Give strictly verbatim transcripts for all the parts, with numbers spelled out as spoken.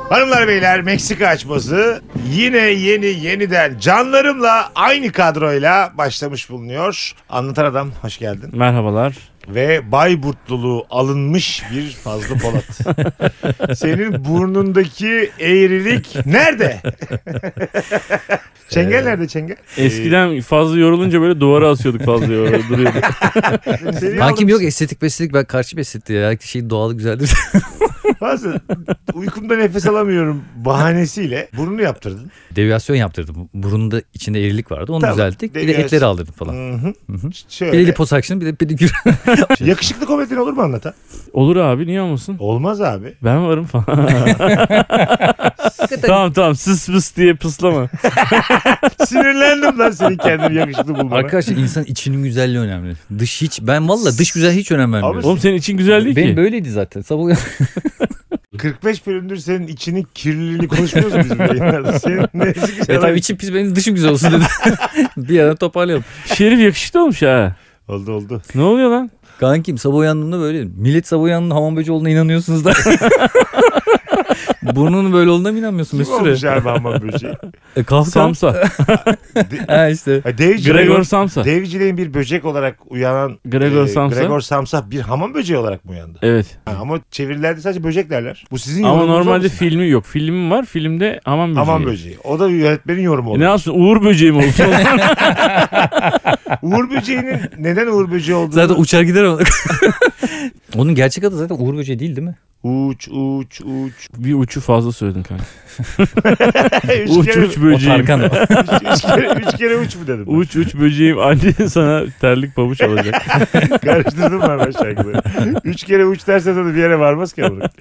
Hanımlar beyler, Meksika açması yine yeni yeniden canlarımla aynı kadroyla başlamış bulunuyor. Anlatan Adam hoş geldin. Merhabalar. Ve Bayburtluluğu alınmış bir Fazlı Polat. Senin burnundaki eğrilik nerede? Çengel nerede çengel? Eskiden fazla yorulunca böyle duvara asıyorduk, fazla yorulunca duruyordu. Kankim yok, estetik estetik, ben karşı bir estetik ya. Her şey doğal güzeldir. Bazı uykumda nefes alamıyorum bahanesiyle burnunu yaptırdın. Deviyasyon yaptırdım. Burunda içinde eğrilik vardı. Onu Tamam, düzelttik. Bir de deviyasyon. etleri aldırdım falan. Hı hı. Hı hı. Şöyle. Bir de liposuction, bir de pedikür. Yakışıklı komedyen olur mu Anlatan? Olur abi, niye olmasın? Olmaz abi. Ben varım falan. Tamam tamam, sıs pıs diye pıslama. Sinirlendim lan senin kendini yakışıklı bulmana. Arkadaşlar, insan içinin güzelliği önemli. Dış hiç, ben valla dış güzel hiç önem vermiyorum. Oğlum senin için güzel değil Benim ki. böyleydi zaten. Sabah kırk beş bölümdür senin içinin kirliliğini konuşmuyoruz mu bizim yayınlarda? Senin nesi güzel. Ya tabii içim pis, benim dışım güzel olsun dedi. Bir yerden toparlayalım. Şerif yakışıklı olmuş ha. Oldu oldu. Ne oluyor lan? Kankim, sabah uyandığımda böyle. Millet sabah uyandığında hamam böceği olduğuna inanıyorsunuz da. Burnunun böyle olduğuna mı inanmıyorsun? Kim Bir olmuş süre. abi hamam böceği? E, Kafka. Samsa. Ha işte. Ha, Dave Gregor Gregor Samsa. Dave Giley'in bir böcek olarak uyanan Gregor Samsa. Gregor Samsa bir hamam böceği olarak mı uyandı? Evet. Ha, ama çevirilerde sadece böcek derler. Bu sizin Ama yorumunuz normalde olmasın? filmi yok. Filmim var. Filmde hamam böceği. Hamam böceği. O da yönetmenin yorumu E olur. ne yapsın? Uğur böceği mi olsun? Uğur böceğinin neden Uğur böceği olduğunu... Zaten uçar gider ama. Onun gerçek adı zaten Uğur Böceği değil değil mi? Uç uç uç. Bir uçu fazla söyledin kanka. üç, Uç kere, uç böceğim. O Tarkan o. üç, üç, kere, üç kere uç mu dedim? Uç uç böceğim. Annen sana terlik pabuç alacak. Karıştırdım ben ben şarkıları. Üç kere uç derse de bir yere varmaz ki bunu.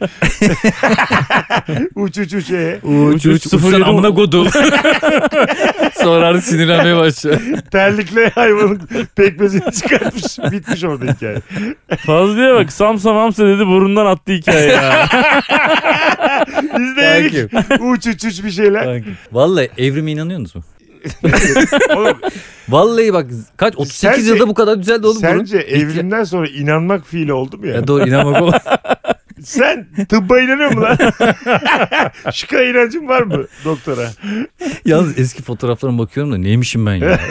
uç uç uç e. Uç uç sıfır Uçsan yedi amına kodu. Sonra artık sinirlenmeye başlıyor. Terlikle hayvanın pekmezini çıkartmış. Bitmiş orada hikaye. Fazlıya bak, samsa mamsa dedi, burundan attı hikaye ya. Biz de yedik. Uç uç uç bir şeyler. Kankim. Vallahi evrime inanıyor musun? Oğlum, Vallahi bak, kaç otuz sekiz Sence- yılda bu kadar güzel de oğlum burun. sence evrimden sonra inanmak fiili oldu mu ya? Ya doğru, inanmak o. Sen tıbba inanıyor musun lan? Şıka inancın var mı doktora? Yalnız eski fotoğraflarıma bakıyorum da neymişim ben ya.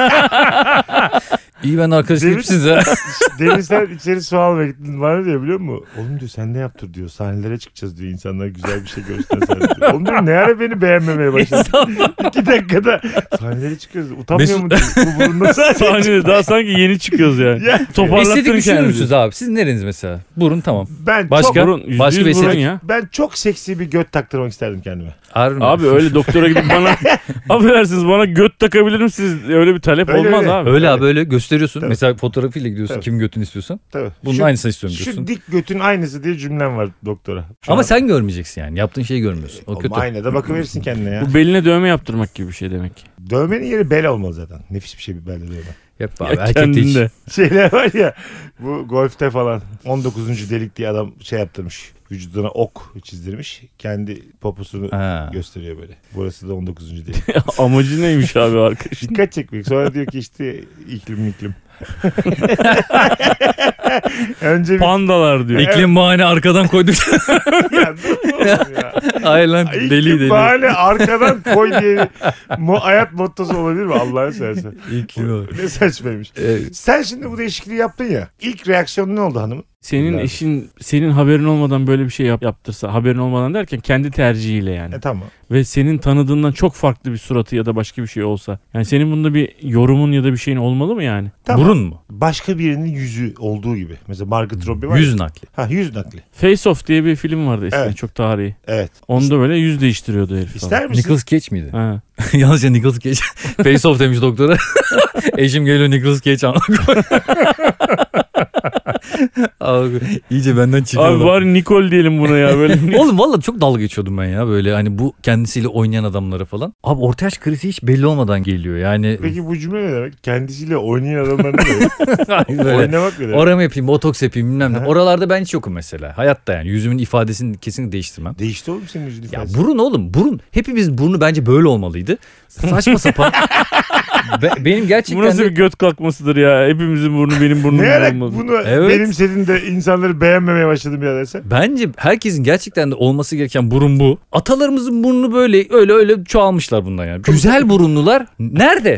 İyi, ben arkadaşım Demin- siz ha. Demin sen içeri su almaya gittin bana diyor, biliyor musun? Oğlum diyor, sen ne yaptır diyor. Sahnelere çıkacağız diyor. İnsanlara güzel bir şey göstersen diyor. Oğlum diyor, ne ara beni beğenmemeye başladın? İki dakikada sahnelere çıkıyoruz. Utanmıyor Mesut- mu diyor. Bu burunda sadece. Sahnede daha sanki yeni çıkıyoruz yani. Ya, Toparlattın Estetik düşünür kendini. müsünüz abi? Siz nereniz mesela? Burun tamam. ben Başka? çok, Burun, yüzde Başka yüz bir burun estetik- ya. ben çok seksi bir göt taktırmak isterdim kendime. Harbi mi? Abi öyle doktora gidip bana affedersiniz bana göt takabilir misiniz? Öyle bir talep Öyle olmaz öyle. abi. Öyle abi, öyle gösteriyorsun. Tabii. Mesela fotoğrafıyla gidiyorsun, Tabii. kimin götünü istiyorsan. Tabii. Bunun Şu- aynısını istiyorum diyorsun. Şu dik götün aynısı diye cümlem var doktora. Şu Ama an- sen görmeyeceksin yani. Yaptığın şeyi görmüyorsun. O Oğlum, kötü. aynada bakıverirsin kendine ya. Bu beline dövme yaptırmak gibi bir şey demek ki. Dövmenin yeri bel olmalı zaten. Nefis bir şey bir belde dövme. Yap Ya abi, erkek de hiç. kendinde. Şeyler var ya, bu golfte falan on dokuzuncu delik diye adam şey yaptırmış. Vücuduna ok çizdirmiş. Kendi poposunu Ha. gösteriyor böyle. Burası da on dokuzuncu delik. Amacı neymiş abi arkadaş? Dikkat çekmek. Sonra diyor ki işte iklim iklim. Önce bir... Pandalar diyor. İklim bahane arkadan koyduk. Ya, dur oğlum ya. Hayır lan, İklim deli deli. bahane arkadan koy diye bir mo- hayat mottosu olabilir mi Allah'ını seversen? İklim o. Ne saçmaymış. Evet. Sen şimdi bu değişikliği yaptın ya. İlk reaksiyonun ne oldu hanımın? Senin Nerede? eşin senin haberin olmadan böyle bir şey yap, yaptırsa, haberin olmadan derken kendi tercihiyle yani. E tamam. Ve senin tanıdığından çok farklı bir suratı ya da başka bir şey olsa. Yani senin bunda bir yorumun ya da bir şeyin olmalı mı yani? Tamam. Burun mu? Başka birinin yüzü olduğu gibi. Mesela Margot Robbie var. Yüz ya. nakli. Ha, yüz nakli. Face Off diye bir film vardı eskiden, Evet. çok tarihi. Evet. Onda böyle yüz değiştiriyordu herif falan. İster misin? Nicolas Cage miydi? Ha. Yalnızca Nicolas Cage. Face off demiş doktora. Eşim geliyor, Nicolas Cage anlıyor. Abi iyice benden çıkıyor. Abi bari Nicole diyelim buna ya böyle. Oğlum valla çok dalga geçiyordum ben ya, böyle hani bu kendisiyle oynayan adamlara falan. Abi orta yaş krizi hiç belli olmadan geliyor yani. Peki bu cümle ne demek? Kendisiyle oynayan adamlar ne demek? Böyle Oynamak ne demek? oramı yapayım, botoks yapayım bilmem ne. Aha. Oralarda ben hiç yokum mesela. Hayatta yani yüzümün ifadesini kesinlikle değiştirmem. Değişti oğlum senin yüzün Ya ifadesi. burun oğlum, burun. Hepimiz burnu bence böyle olmalıydı. Saçma sapan. Be- benim gerçekten Bu nasıl de... bir göt kalkmasıdır ya? Hepimizin burnu benim burnum Ne ara olmalı. bunu Evet. benimsedin de insanları beğenmemeye başladım ya dersen. Bence herkesin gerçekten de olması gereken burun bu. Atalarımızın burnu böyle öyle öyle çoğalmışlar bundan yani. Güzel burunlular nerede?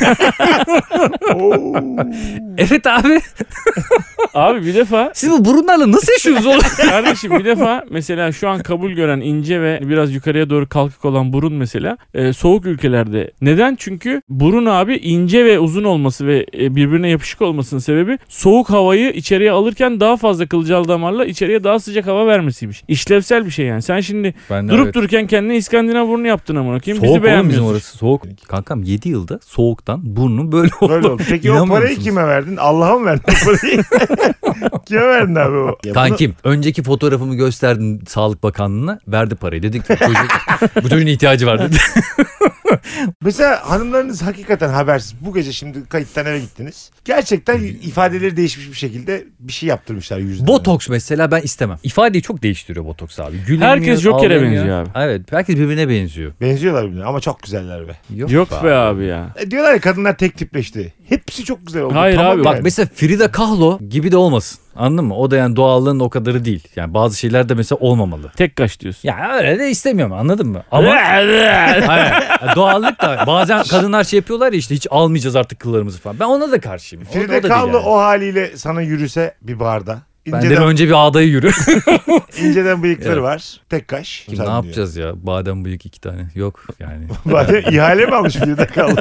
Oo. Evet abi. Abi bir defa Siz bu burunlarla nasıl yaşıyorsunuz oğlum? kardeşim bir defa mesela şu an kabul gören ince ve biraz yukarıya doğru kalkık olan burun mesela e, soğuk ülkelerde. Neden? Çünkü burun abi ince ve uzun olması ve e, birbirine yapışık olmasının sebebi soğuk havayı içeriye alırken daha fazla kılcal damarla içeriye daha sıcak hava vermesiymiş. İşlevsel bir şey yani. Sen şimdi Ben de durup evet. dururken kendine İskandinav burnu yaptın amına koyayım. Soğuk Bizi oğlum bizim beğenmiyorsun. orası. Soğuk. Kankam yedi yılda soğuktan burnum böyle oldu. Böyle oldu. Peki o İnanmıyor parayı musunuz? kime verdin? Allah'a mı verdin o parayı? Kime verdin abi o? Ya Kankim önceki fotoğrafımı gösterdin Sağlık Bakanlığı'na, verdi parayı. Dedik ki çocuk, bu çocuğun ihtiyacı var dedi. bunu- Mesela hanımlarınız hakikaten habersiz. Bu gece şimdi kayıttan eve gittiniz. Gerçekten ifadeleri değişmiş bir şekilde bir şey yaptırmışlar yüzüne. Botoks mesela ben istemem. İfadeyi çok değiştiriyor botoks abi. Gülemiyor, Herkes Joker'e ağlayamıyor. benziyor abi. Evet herkes birbirine benziyor. Benziyorlar birbirine ama çok güzeller be. Yok be abi ya. E diyorlar ya kadınlar tek tipleşti. Hepsi çok güzel oldu. Hayır Tamam abi, yani. Bak mesela Frida Kahlo gibi de olmasın. Anladın mı? O da yani doğallığın o kadarı değil. Yani bazı şeyler de mesela olmamalı. Tek kaş diyorsun. Ya öyle de istemiyorum anladın mı? Ama hayır, doğallık da bazen kadınlar şey yapıyorlar ya işte hiç almayacağız artık kıllarımızı falan. Ben ona da karşıyım. O da- o da Frida değil Kahlo yani. o haliyle sana yürüse bir barda. Ben de İnceden, önce bir ağdayı yürü. inceden bıyıkları Evet. var. Tek kaş. ne yapacağız ya? Badem bıyık iki tane. Yok yani. Badem ihale mi almış Frida Kahlo?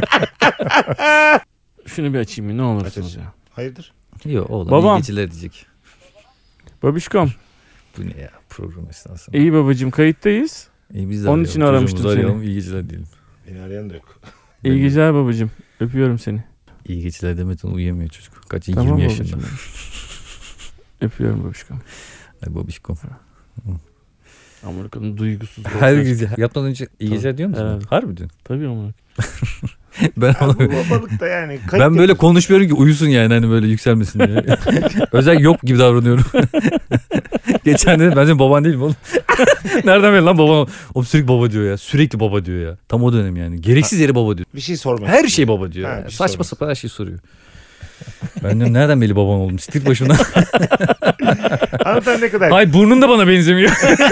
Şunu bir açayım mı? Ne olursunuz ya. Hayırdır? Yok oğlum Babam. iyi geceler diyecek. Babişkom. Bu ne ya program esnasında. İyi babacığım kayıttayız. İyi, biz de Onun arayalım. için aramıştım Çocuğumuzu seni. arayalım, İyi geceler diyelim. Beni arayan da yok. İyi geceler babacığım. Öpüyorum seni. İyi geceler demeden uyuyamıyor çocuk. Kaç? Tamam yirmi babacığım. yaşında. Öpüyorum babişkom. Ay babişkom. Amerika'nın duygusuz. Her gece yapmadan önce iyi geceler diyor musun? Evet. Harbi diyorsun. Tabii ama. Ben Ya ona- bu babalık da yani. kayıt ben böyle yapıyorsun. konuşmuyorum ki uyusun yani hani böyle yükselmesin diye. Özel yok gibi davranıyorum. Geçen de ben senin baban değilim oğlum. Nereden beri lan baban? O sürekli baba diyor ya. Sürekli baba diyor ya. Tam o dönem yani. Gereksiz yere baba diyor. Bir şey sormak. Her şey baba diyor. Ha, ya. bir şey Saçma sormak. sapan her şeyi soruyor. Ben diyorum nereden beri baban oldum? Stil başımdan. Anlatan ne kadar. Ay burnun da bana benzemiyor.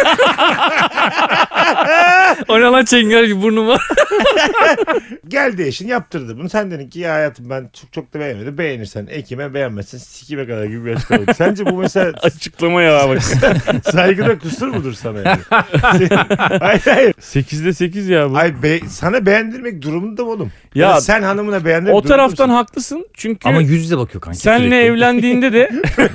O ne lan çengar gibi burnum var. Geldi eşin yaptırdı bunu. Sen dedin ki ya hayatım ben çok çok da beğenmedim. Beğenirsen ekime beğenmezsen sikime kadar gibi bir açıklama. Sence bu mesela Açıklama ya bak. saygıda kusur mudur sana yani? hayır hayır. sekizde sekiz ya bu. Ay be, sana beğendirmek durumunda mı oğlum? Ya, Ya da sen hanımına beğendirmek o durumunda taraftan mısın? haklısın. Çünkü Ama yüz yüze bakıyor kanki. senle sürekli. evlendiğinde de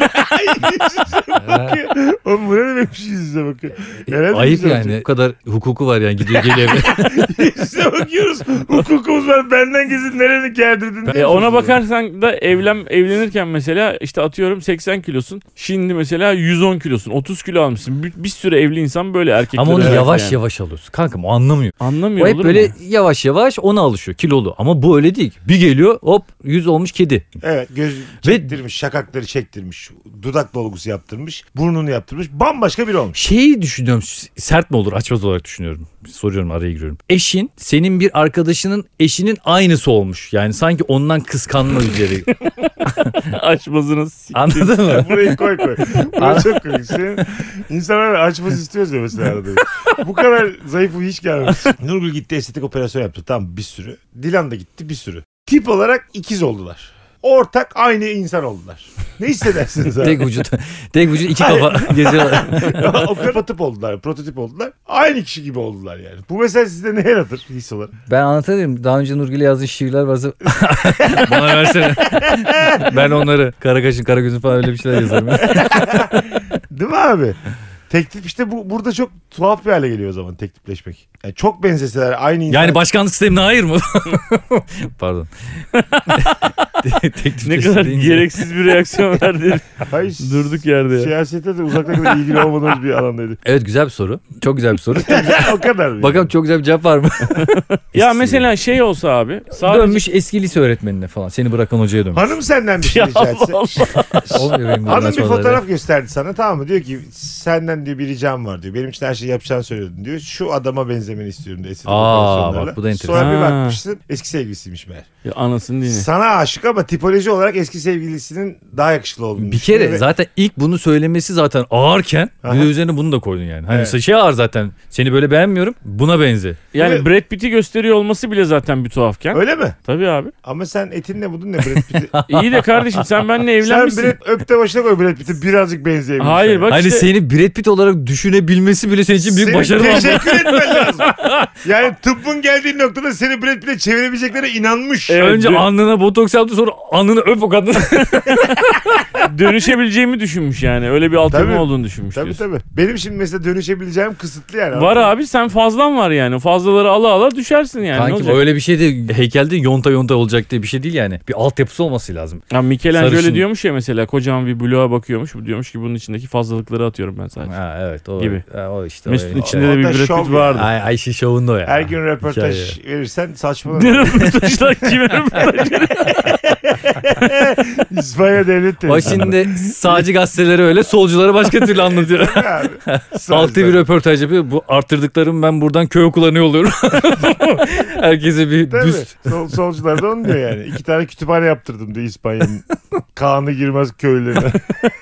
Oğlum bu ne demekmiş yüz yüze bakıyor. Herhalde Ayıp yüz yüze yani. Bu kadar hukuku var yani gidiyor geliyor. bakıyor. Yüz yüze bakıyoruz. Hukukumuz var. Benden gizli nereni gerdirdin? E ona bakarsan da evlen evlenirken mesela işte atıyorum seksen kilosun. Şimdi mesela yüz on kilosun. otuz kilo almışsın. Bir, bir sürü evli insan böyle erkekler. Ama onu öyle yavaş yani. yavaş alıyorsun. Kankam o anlamıyor. Anlamıyor O hep olur böyle mu? yavaş yavaş ona alışıyor kilolu. Ama bu öyle değil. Bir geliyor hop yüz olmuş kedi. Evet göz çektirmiş, şakakları çektirmiş, dudak dolgusu yaptırmış, burnunu yaptırmış. Bambaşka biri olmuş. Şeyi düşünüyorum sert mi olur açmaz olarak düşünüyorum. Soruyorum araya giriyorum. Eşin senin bir arkadaşının eşinin aynısı olmuş. Yani sanki ondan kıskanma üzere. Açmazınız. Anladın mı? Burayı koy koy. Burası çok komik. Senin insanlar açması istiyoruz ya mesela arada. Bu kadar zayıfı hiç gelmemiş. Nurgül gitti estetik operasyon yaptı. Tamam bir sürü. Dilan da gitti bir sürü. Tip olarak ikiz oldular. Ortak aynı insan oldular. Ne hissedersiniz abi? Tek vücut. Tek vücut iki kafa geziyorlar. o prototip oldular. Prototip oldular. Aynı kişi gibi oldular yani. Bu mesela sizde ne yaratır his olarak? Ben anlatayım. Daha önce Nurgül'e yazdığı şiirler varsa bana versene. Ben onları Karakaş'ın Karagöz'ün falan öyle bir şeyler yazarım. Değil mi abi? Tek tip işte bu burada çok tuhaf bir hale geliyor o zaman tek tipleşmek. Yani çok benzeseler aynı insan. Yani başkanlık sistemine hayır mı? Pardon. Teklif Ne çeşidi kadar deyince. gereksiz bir reaksiyon verdi. Hayır, Durduk yerde ya. siyasete de uzaktan kadar ilgili olmadığımız bir alandaydı. Evet, güzel bir soru. Çok güzel bir soru. O kadar mı? Bakalım çok güzel bir cevap var mı? Ya mesela şey olsa abi. Sadece... Dönmüş eski lise öğretmenine falan. Seni bırakan hocaya dönmüş. Hanım senden bir şey Ya rica etse. Allah. Olmuyor benim bu Hanım bir uğraşmalarda. fotoğraf gösterdi sana, tamam mı? Diyor ki senden diyor bir ricam var diyor. Benim için her şeyi yapacağını söylüyordun diyor. Şu adama benzemeni istiyorum diyor. estetik Aa, operasyonlarla. bak bu da enteresan. Sonra bir Ha. bakmışsın eski sevgilisiymiş meğer. Ya anasını dinle. Sana aşık ama tipoloji olarak eski sevgilisinin daha yakışıklı olduğunu Bir düşünüyor kere ve- zaten ilk bunu söylemesi zaten ağırken bir de Aha. üzerine bunu da koydun yani. Hani Evet. şey ağır zaten. Seni böyle beğenmiyorum. Buna benze. Yani Evet. Brad Pitt'i gösteriyor olması bile zaten bir tuhafken. Öyle mi? Tabii abi. Ama sen etinle budun ne Brad Pitt'i? İyi de kardeşim sen benimle Sen evlenmişsin. Brad, öp de başına koy Brad Pitt'i, birazcık benzeyebilir. Hayır, sana. bak Hani işte- seni Brad Pitt olarak düşünebilmesi bile senin için büyük Senin başarı var. teşekkür etmen lazım. Yani tıbbın geldiği noktada seni Brad Pitt'e çevirebileceklerine inanmış. Evet. Önce dö- alnına botoks yaptı, sonra alnını öp o kadını. Dönüşebileceğimi düşünmüş yani. Öyle bir altyapı Tabii. olduğunu düşünmüş Tabii diyorsun. tabii. Benim şimdi mesela dönüşebileceğim kısıtlı yani. Var abi, sen fazlan var yani. Fazlaları ala ala düşersin yani. Ne Kanki olacak? öyle bir şey de heykelde yonta yonta olacak diye bir şey değil yani. Bir altyapısı olması lazım. Ya Michelangelo Sarışın. öyle diyormuş ya mesela, kocaman bir bloğa bakıyormuş. Bu diyormuş ki bunun içindeki fazlalıkları atıyorum ben sadece. Ha evet o. Gibi. Ha, o işte. Mesut'un o, içinde o de bir da Brad şov Pitt ya. vardı. Ay Ayşe şovunda o ya. Her gün röportaj Hikaye. verirsen saçmalama. Ne röportajlar? Kime röportaj? İspanya devlet O şimdi sağcı gazeteleri öyle, solcuları başka türlü anlatıyor. Altı bir röportaj yapıyor. Bu arttırdıklarım ben buradan köy okullarına yolluyorum. Herkese bir Tabii. büst. Sol, solcular da onu diyor yani. İki tane kütüphane yaptırdım diyor İspanya'nın. Kanı girmez köylerine.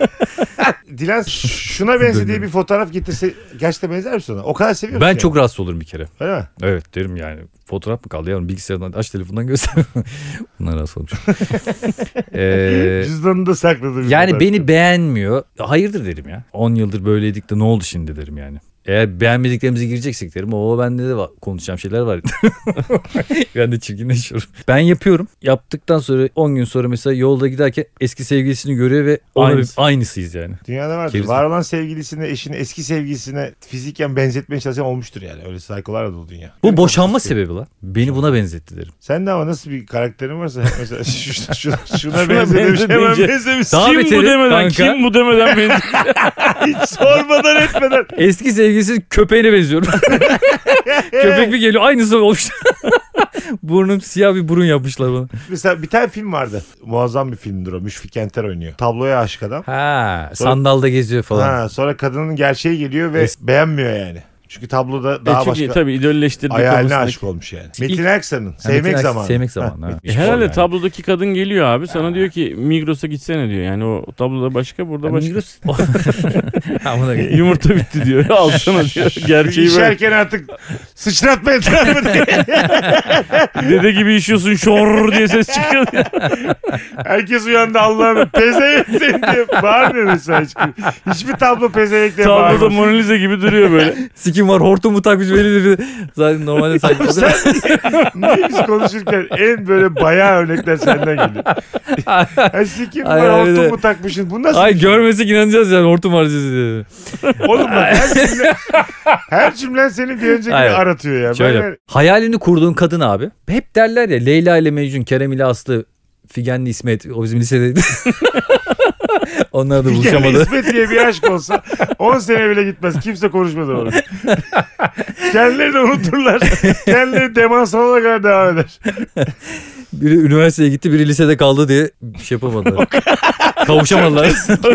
Dilan şuna benzediği bir fotoğraf getirse gerçekten benzer misin ona? O kadar seviyor musun? Ben yani? çok rahatsız olurum bir kere. Öyle mi? Evet derim yani. Fotoğraf mı kaldı yavrum? Bilgisayardan aç, telefondan göster. Bunlar rahatsız olmuş. ee, Cüzdanını da sakladı. bir yani fotoğraf. beni beğenmiyor. Hayırdır derim ya. on yıldır böyleydik de ne oldu şimdi derim yani. Eğer beğenmediklerimize gireceksek derim. O bende de var, konuşacağım şeyler var. Ben de çirkinleşiyorum. Ben yapıyorum. Yaptıktan sonra on gün sonra mesela yolda giderken eski sevgilisini görüyor ve ona Aynısı. bir- aynısıyız yani. Dünyada vardır. Gerisi. Var olan sevgilisine, eşini eski sevgilisine fiziken benzetmeye çalışan olmuştur yani. Öyle saykolar da dolu dünya. Bu Benim boşanma korkusu sebebi lan. Beni buna benzetti derim. Sen de ama nasıl bir karakterin varsa mesela şu, şu, şuna, Şuna benzemiş hemen benzedince- benzemiş. Daha Kim bu beteri demeden, kanka. kim bu demeden beni... Hiç sormadan etmeden. Eski sevgilisi köpeğine benziyorum. Köpek bir geliyor aynısı olmuş. Burnum siyah bir burun yapmışlar bana. Mesela bir tane film vardı. Muazzam bir filmdir o. Müşfik Enter oynuyor. Tabloya aşık adam. Ha, Sonra- sandalda geziyor falan. Ha, sonra kadının gerçeği geliyor ve Es- beğenmiyor yani. Çünkü tabloda daha e çünkü başka tabii idolleştirdiği hayaline kafasındaki. aşık olmuş yani. Metin Erksan'ın Ha, Sevmek Metin Erksan, Zamanı. Sevmek Zamanı. Ha, ha. bitmiş E herhalde yani. tablodaki kadın geliyor abi. Sana diyor ki Migros'a gitsene diyor. Yani o tabloda başka, burada başka. Amına koyayım. Yumurta bitti diyor. Alsana diyor. Gerçeği böyle. İşerken artık sıçratma etrafı diye. Dede gibi işiyorsun şor diye ses çıkıyor. Herkes uyandı Allah'ım pezevenk seni diye bağırmıyor mesela hiç. Hiçbir tablo pezevenk diye Tabloda bağırmıyor. Mona Lisa gibi duruyor böyle. Sikim var, hortumu takmış belli bir. Zaten normalde sanki. Niye biz konuşurken en böyle bayağı örnekler senden geliyor. Ha sikim Ay, var ay, hortum bir mu takmışsın? Bu nasıl? Ay bir şey? görmesek inanacağız yani, hortum harcası diye. Oğlum bak her cümle, her cümlen seni bir öncekini Hayır. aratıyor ya. Şöyle Ben- hayalini kurduğun kadın abi. Hep derler ya, Leyla ile Mecnun, Kerem ile Aslı, Figen'le İsmet. O bizim lisedeydi. Onlar da Figen'le buluşamadı. İsmet diye bir aşk olsa on sene bile gitmez. Kimse konuşmaz onu. Kendileri de unuturlar. Kendileri demans olana kadar devam eder. Biri üniversiteye gitti, biri lisede kaldı diye bir şey yapamadılar. Kavuşamadılar.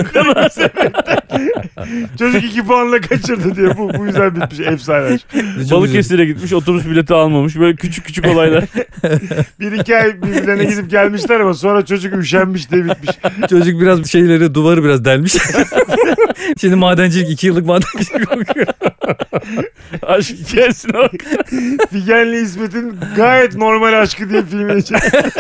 Çocuk iki puanla kaçırdı diye. Bu, bu yüzden bitmiş efsane aşk. Balıkesir'e gitmiş, otobüs bileti almamış. Böyle küçük küçük olaylar. Bir iki ay birbirlerine gidip gelmişler ama sonra çocuk üşenmiş diye bitmiş. Çocuk biraz şeyleri, duvarı biraz delmiş. Şimdi madencilik, iki yıllık madencilik okuyor. Aşk hikayesine bak. Figen'le İsmet'in gayet normal aşkı diye filmin için.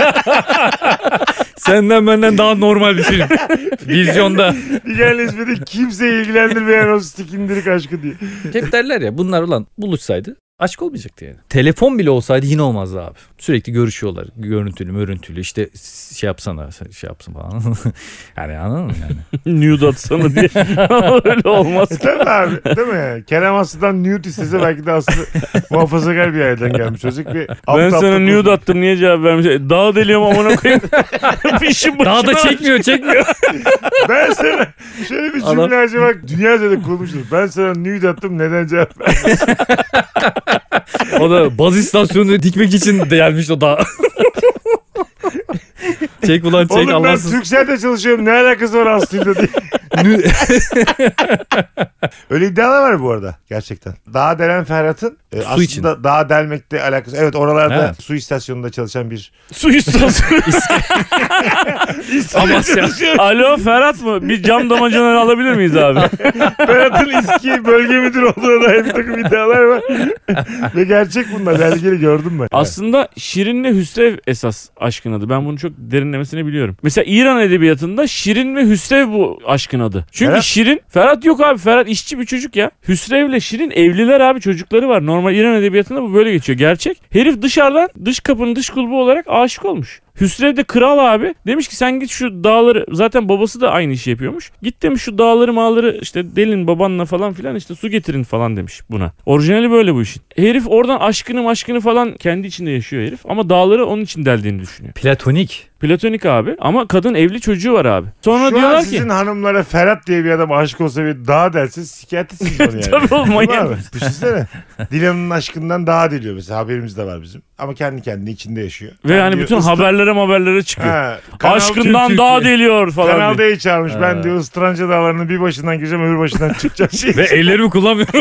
Senden benden daha normal bir film. Vizyonda. Figen'le İsmet'in kimseyi ilgilendirmeyen o stikindirik aşkı diye. Hep derler ya, bunlar ulan buluşsaydı aşk olmayacaktı yani. Telefon bile olsaydı yine olmazdı abi. Sürekli görüşüyorlar. Görüntülü, mörüntülü. İşte şey yapsana, şey yapsın falan. Yani anladın mı yani? Nude atsana diye. Öyle olmaz. E tabii abi, değil mi yani? Kerem Aslı'dan nude istese belki de Aslı muhafazakar bir aileden gelmiş çocuk. Bir Ben sana nude attım, niye cevap vermiş? E, Daha deliyorum amına koyayım. İşin başına Daha da çekmiyor, çekmiyor. Ben sana şöyle bir cümle Adam- acaba dünya üzerinde kurmuştur. Ben sana nude attım, neden cevap vermedin? O da baz istasyonunu dikmek için de gelmiş o da. Çek ulan çek Oğlum ben Allahsız. Türkcell'de çalışıyorum, ne alakası var Aslı'yla diye. Öyle iddialar var bu arada gerçekten. Dağa delen Ferhat'ın e, Su aslında için. dağa delmekle alakası. Evet, oralarda Evet. su istasyonunda çalışan bir Su istasyonu. Amasya. Alo Ferhat mı? Bir cam damacana alabilir miyiz abi? Ferhat'ın İSKİ bölge müdürü olduğuna dair bir takım iddialar var. Ve gerçek bunlar. Belgeli gördüm ben. Aslında Şirin'le Hüsrev esas aşkın adı. Ben bunu çok derinlemesine biliyorum. Mesela İran edebiyatında Şirin ve Hüsrev bu aşkın adı. Çünkü Ferhat? Şirin, Ferhat yok abi. Ferhat işçi bir çocuk ya. Hüsrev'le Şirin evliler abi, çocukları var. Normal İran edebiyatında bu böyle geçiyor. Gerçek. Herif dışarıdan dış kapının dış kulbu olarak aşık olmuş. Hüsrev de kral abi. Demiş ki sen git şu dağları, zaten babası da aynı işi yapıyormuş. Git demiş şu dağları mağları işte delin babanla falan filan, işte su getirin falan demiş buna. Orijinali böyle bu işin. Herif oradan aşkını aşkını falan kendi içinde yaşıyor herif. Ama dağları onun için deldiğini düşünüyor. Platonik. Platonik abi, ama kadın evli, çocuğu var abi. Sonra Şu diyorlar an ki sizin hanımlara Ferhat diye bir adam aşık olsa bir dağ derse sikiyatristiniz onu yani. tabii oğlum, Değil mi manyak. abi? Düşünsene. Dilan'ın aşkından daha diliyor mesela, haberimiz de var bizim. Ama kendi kendine içinde yaşıyor. Ve Ben yani diyor, bütün ıstı- haberlere haberlere çıkıyor. Ha, Kanal Aşkından Türk daha Türkiye. deliyor falan Kanal diyor. D'yi çağırmış. Ben Ha. diyor Istranca Dağları'nın bir başından gireceğim, öbür başından çıkacağım. Şey. Ve ellerimi kullanmıyorum.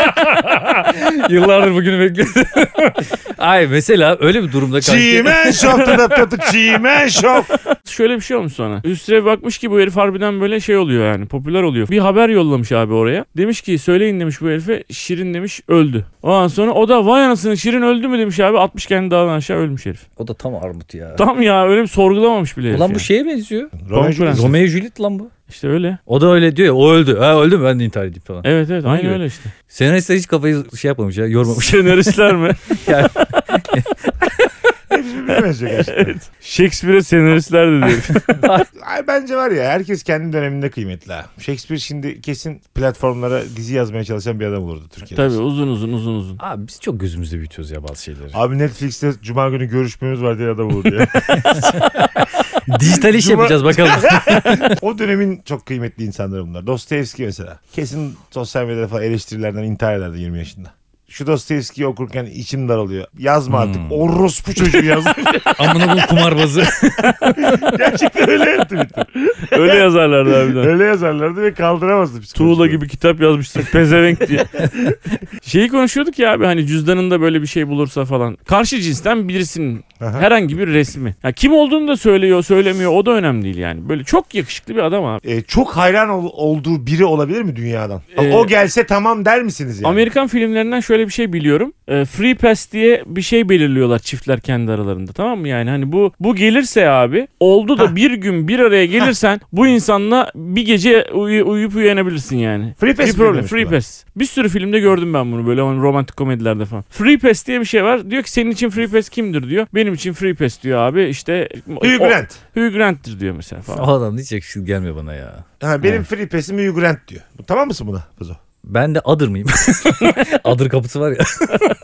Yıllardır bugünü bekliyorum. Ay mesela öyle bir durumda kanki. Çimen şok tıdıp tıdıp çimen şok. Şöyle bir şey olmuş sonra. Üstüne bakmış ki bu herif harbiden böyle şey oluyor yani, popüler oluyor. Bir haber yollamış abi oraya. Demiş ki söyleyin demiş bu herife, Şirin demiş öldü. Ondan sonra o da vay anasını Şirin öldü mü demiş abi, atmış kendini dağdan aşağı, ölmüş herif. O da tam armut ya. Tam ya, öyle bir sorgulamamış bile herif. Ulan bu yani. şeye benziyor. Romeo Juliet. Romeo Juliet lan bu. İşte öyle. O da öyle diyor ya, o öldü. Ha öldü mü ben de intihar edeyim falan. Evet evet, aynı gibi. öyle işte. Senaristler hiç kafayı şey yapmamış ya, yormamış. Senaristler mi? Yani, Hepsi birbirine benziyor gerçekten. Evet. Shakespeare'e senaristler de diyor. Ay, bence var ya, herkes kendi döneminde kıymetli ha. Shakespeare şimdi kesin platformlara dizi yazmaya çalışan bir adam olurdu Türkiye'de. Tabii uzun uzun uzun uzun. abi biz çok gözümüzde büyütüyoruz ya bazı şeyleri. Abi Netflix'te cuma günü görüşmemiz var diye adam olurdu ya. Dijital iş Cuma- yapacağız bakalım. O dönemin çok kıymetli insanları bunlar. Dostoyevski mesela. Kesin sosyal medyada falan eleştirilerden intihar ederdi yirmi yaşında. Şu Dostoyevski'yi okurken içim daralıyor. Yazma artık. Hmm. Orospu çocuğu yazdı. Amına bu kumarbazı. Gerçekten öyle yaptı bitti. Öyle yazarlardı harbiden. Öyle yazarlardı ve kaldıramazdı psikolojik. Tuğla gibi kitap yazmışsın pezevenk diye. Şeyi konuşuyorduk ya abi, hani cüzdanında böyle bir şey bulursa falan. Karşı cinsten birisinin Aha. herhangi bir resmi. Ya kim olduğunu da söylüyor söylemiyor, o da önemli değil yani. Böyle çok yakışıklı bir adam abi. Ee, çok hayran ol- olduğu biri olabilir mi dünyadan? Ee, o gelse tamam der misiniz yani? Amerikan filmlerinden şöyle bir şey biliyorum. Ee, free pass diye bir şey belirliyorlar çiftler kendi aralarında, tamam mı? Yani hani bu bu gelirse abi, oldu da Hah. bir gün bir araya gelirsen bu insanla bir gece uy- uyuyup uyanabilirsin yani. Free pass Bir mi problem, demiş free buna? pass. Bir sürü filmde gördüm ben bunu, böyle romantik komedilerde falan. Free pass diye bir şey var. Diyor ki senin için free pass kimdir diyor. Benim için free pass diyor abi. İşte Hugh o- Grant. Hugh Grant'tir diyor mesela falan. O adam hiç yakışıklı gelmiyor bana ya. Ha, benim Evet. free pass'im Hugh Grant diyor. Tamam mısın buna? Fızo? Ben de adır mıyım? Adır kapısı var ya.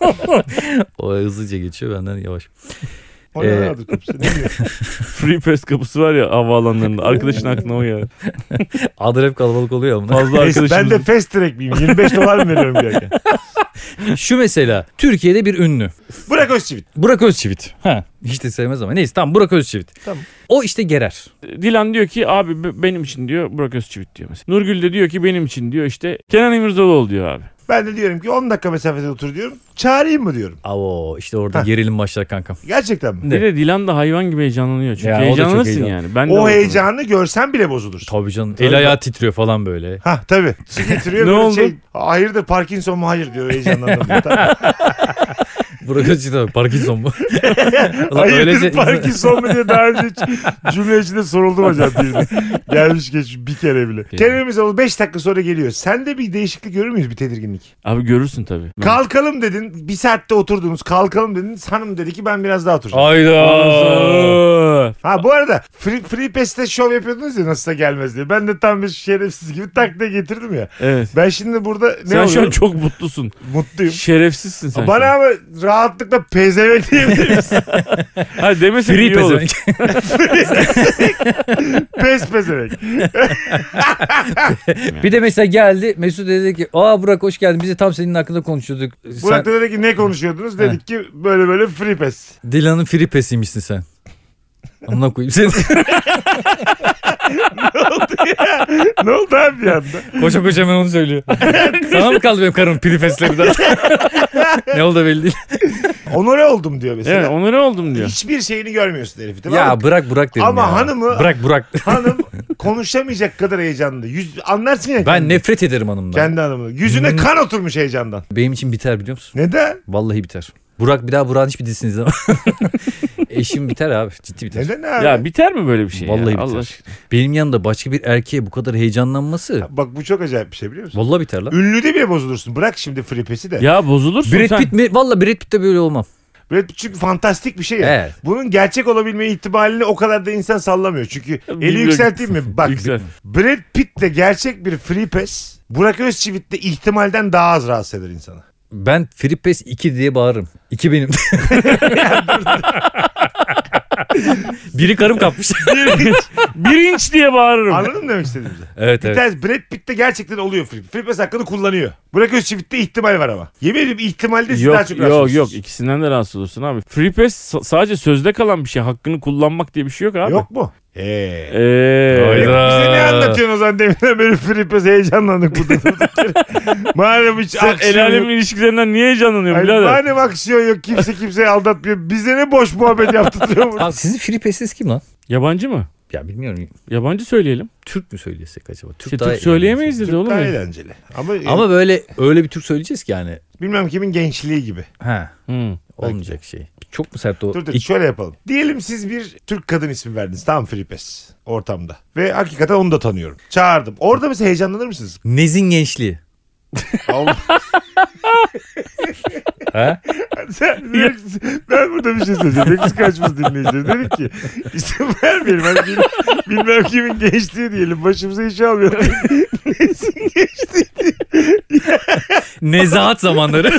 O hızlıca geçiyor, benden yavaş. O ne Ee, adı kapısı? Ne diyor? Free pass kapısı var ya havaalanlarında. Arkadaşın aklına o ya. Adır hep kalabalık oluyor ya bunlar. Fazla ben arkadaşımız. de fast track miyim? yirmi beş dolar mı veriyorum bir yerken? Şu mesela Türkiye'de bir ünlü. Burak Özçivit. Burak Özçivit. Ha, hiç de sevmez ama neyse, tamam Burak Özçivit. Tamam. O işte gerer. Dilan diyor ki abi be- benim için diyor Burak Özçivit diyor mesela. Nurgül de diyor ki benim için diyor işte Kenan İmirzalıoğlu diyor abi. Ben de diyorum ki on dakika mesafede otur diyorum. Çağırayım mı diyorum. Avo işte orada Ha. gerilim başlar kankam. Gerçekten mi? Ne? Bir de Dilan da hayvan gibi heyecanlanıyor. Çünkü Ya, o da çok heyecanlanırsın heyecan- yani. Ben de O olurum. heyecanı görsen bile bozulur. Tabii canım. Tabii El ben- ayağı titriyor falan böyle. Ha tabii. Su getiriyor. Ne böyle oldu? Şey, hayırdır Parkinson mu? Hayır diyor, heyecanlandım diyor. Tabii. Burak Özçivit abi Parkinson mu? Ulan Hayırdır öylece- Parkinson mu diye daha önce hiç cümle içinde soruldum hocam birine. Gelmiş geçmiş bir kere bile. Kerem İmamoğlu beş dakika sonra geliyor. Sende bir değişiklik görür müyüz, bir tedirginlik? Abi görürsün tabii. Kalkalım dedin. Bir saatte oturdunuz. Kalkalım dedin. Hanım dedi ki ben biraz daha oturacağım. Hayda. Ha bu arada Free, free Pass'te şov yapıyordunuz ya nasılsa gelmez diye. Ben de tam bir şerefsiz gibi tak diye getirdim ya. Evet. Ben şimdi burada ne Sen şu an oluyorum? çok mutlusun. Mutluyum. Şerefsizsin sen. şu Bana an. ama rahatlıkla pezevenk diyebilir misin? Ha demesin Free iyi olur. pezevenk. Pes pezevenk. Bir de mesela geldi Mesut dedi ki aa Burak hoş geldin. Biz de tam senin hakkında konuşuyorduk. Burak Sen da dedi ki ne konuşuyordunuz? Dedik ki böyle böyle free pass. Dilan'ın free pass'iymişsin sen. Amına koyayım seni. Ne oldu ya? Ne oldu abi bir anda? Koşa koşa hemen onu söylüyor. Sana mı kaldı benim karım free pass'lerinden? Ne oldu belli değil. Onore oldum diyor mesela. Evet ona ne oldum diyor. Hiçbir şeyini görmüyorsun herifi tamam Ya mı? bırak Burak dedim Ama ya. hanımı- Bırak Burak. Hanım konuşamayacak kadar heyecanlı. Yüz, anlarsın ya. Ben kendini. nefret ederim hanımdan. Kendi hanımını. Yüzüne Hmm. kan oturmuş heyecandan. Benim için biter biliyor musun? Neden? Vallahi biter. Burak bir daha Burak'ın hiçbir dizisini izlemem. Eşim biter abi. Ciddi biter. Neden abi? Ya biter mi böyle bir şey Vallahi ya? biter. Allah aşkına. Benim yanında başka bir erkeğe bu kadar heyecanlanması. Bak bu çok acayip bir şey biliyor musun? Vallahi biter lan. Ünlüde bile bozulursun. Bırak şimdi free pass'i de. Ya bozulursun Brad sen. Pitt mi? Vallahi Brad Pitt'te böyle olmam. Brad Pitt çünkü fantastik bir şey ya. Evet. Bunun gerçek olabilme ihtimalini o kadar da insan sallamıyor. Çünkü eli Bilmiyorum. yükselteyim mi? Bak Yüksel. Brad Pitt de gerçek bir free pass. Burak Özçivit de ihtimalden daha az rahatsız eder insanı. Ben Free Pass iki diye bağırırım. İki benim. Biri karım kapmış. Bir inç diye bağırırım. Anladın mı demek istediğimizi? Evet Bir evet. tanesi Brad Pitt de gerçekten oluyor free. Free pass hakkını kullanıyor. Burak Özçivit'te ihtimal var ama. Yemin ediyorum ihtimalde siz daha Yok çok yok rahatsız yok olursunuz. ikisinden de rahatsız olursun abi. Free pass sa- sadece sözde kalan bir şey. Hakkını kullanmak diye bir şey yok abi. Yok mu? Eee. Eee. Hayda. Bize ne anlatıyorsun o zaman deminden beri free pass heyecanlandık burada. Madem hiç Sen el aksiyon yok. alemin ilişkilerinden niye heyecanlanıyorsun Ay, birader? madem aksiyon yok kimse kimseyi aldatmıyor. Bize ne boş muhabbet yaptırtıyor mu? Abi sizin Free Pass'iniz kim lan? Yabancı mı? Ya bilmiyorum. Yabancı söyleyelim. Türk mü söylesek acaba? İşte Türk söyleyemeyiz dedi oğlum. Daha ya. eğlenceli. Ama, Ama böyle öyle bir Türk söyleyeceğiz ki yani. bilmem kimin gençliği gibi. Ha, Hı. olmayacak şey. Çok mu sert o? Dur dur İlk- şöyle yapalım. Diyelim siz bir Türk kadın ismi verdiniz. Tamam free pass ortamda. Ve hakikaten onu da tanıyorum. Çağırdım. Orada mesela heyecanlanır mısınız? Nezin gençliği. Allah. Ha? Sen, ben burada bir şey söyleyeceğim. Ne kıskançımız dinleyiciler. Dedik ki isim vermeyelim. Hani bil, bilmem kimin gençliği diyelim. Başımıza iş almıyor. Nesin gençliği? Nezahat zamanları.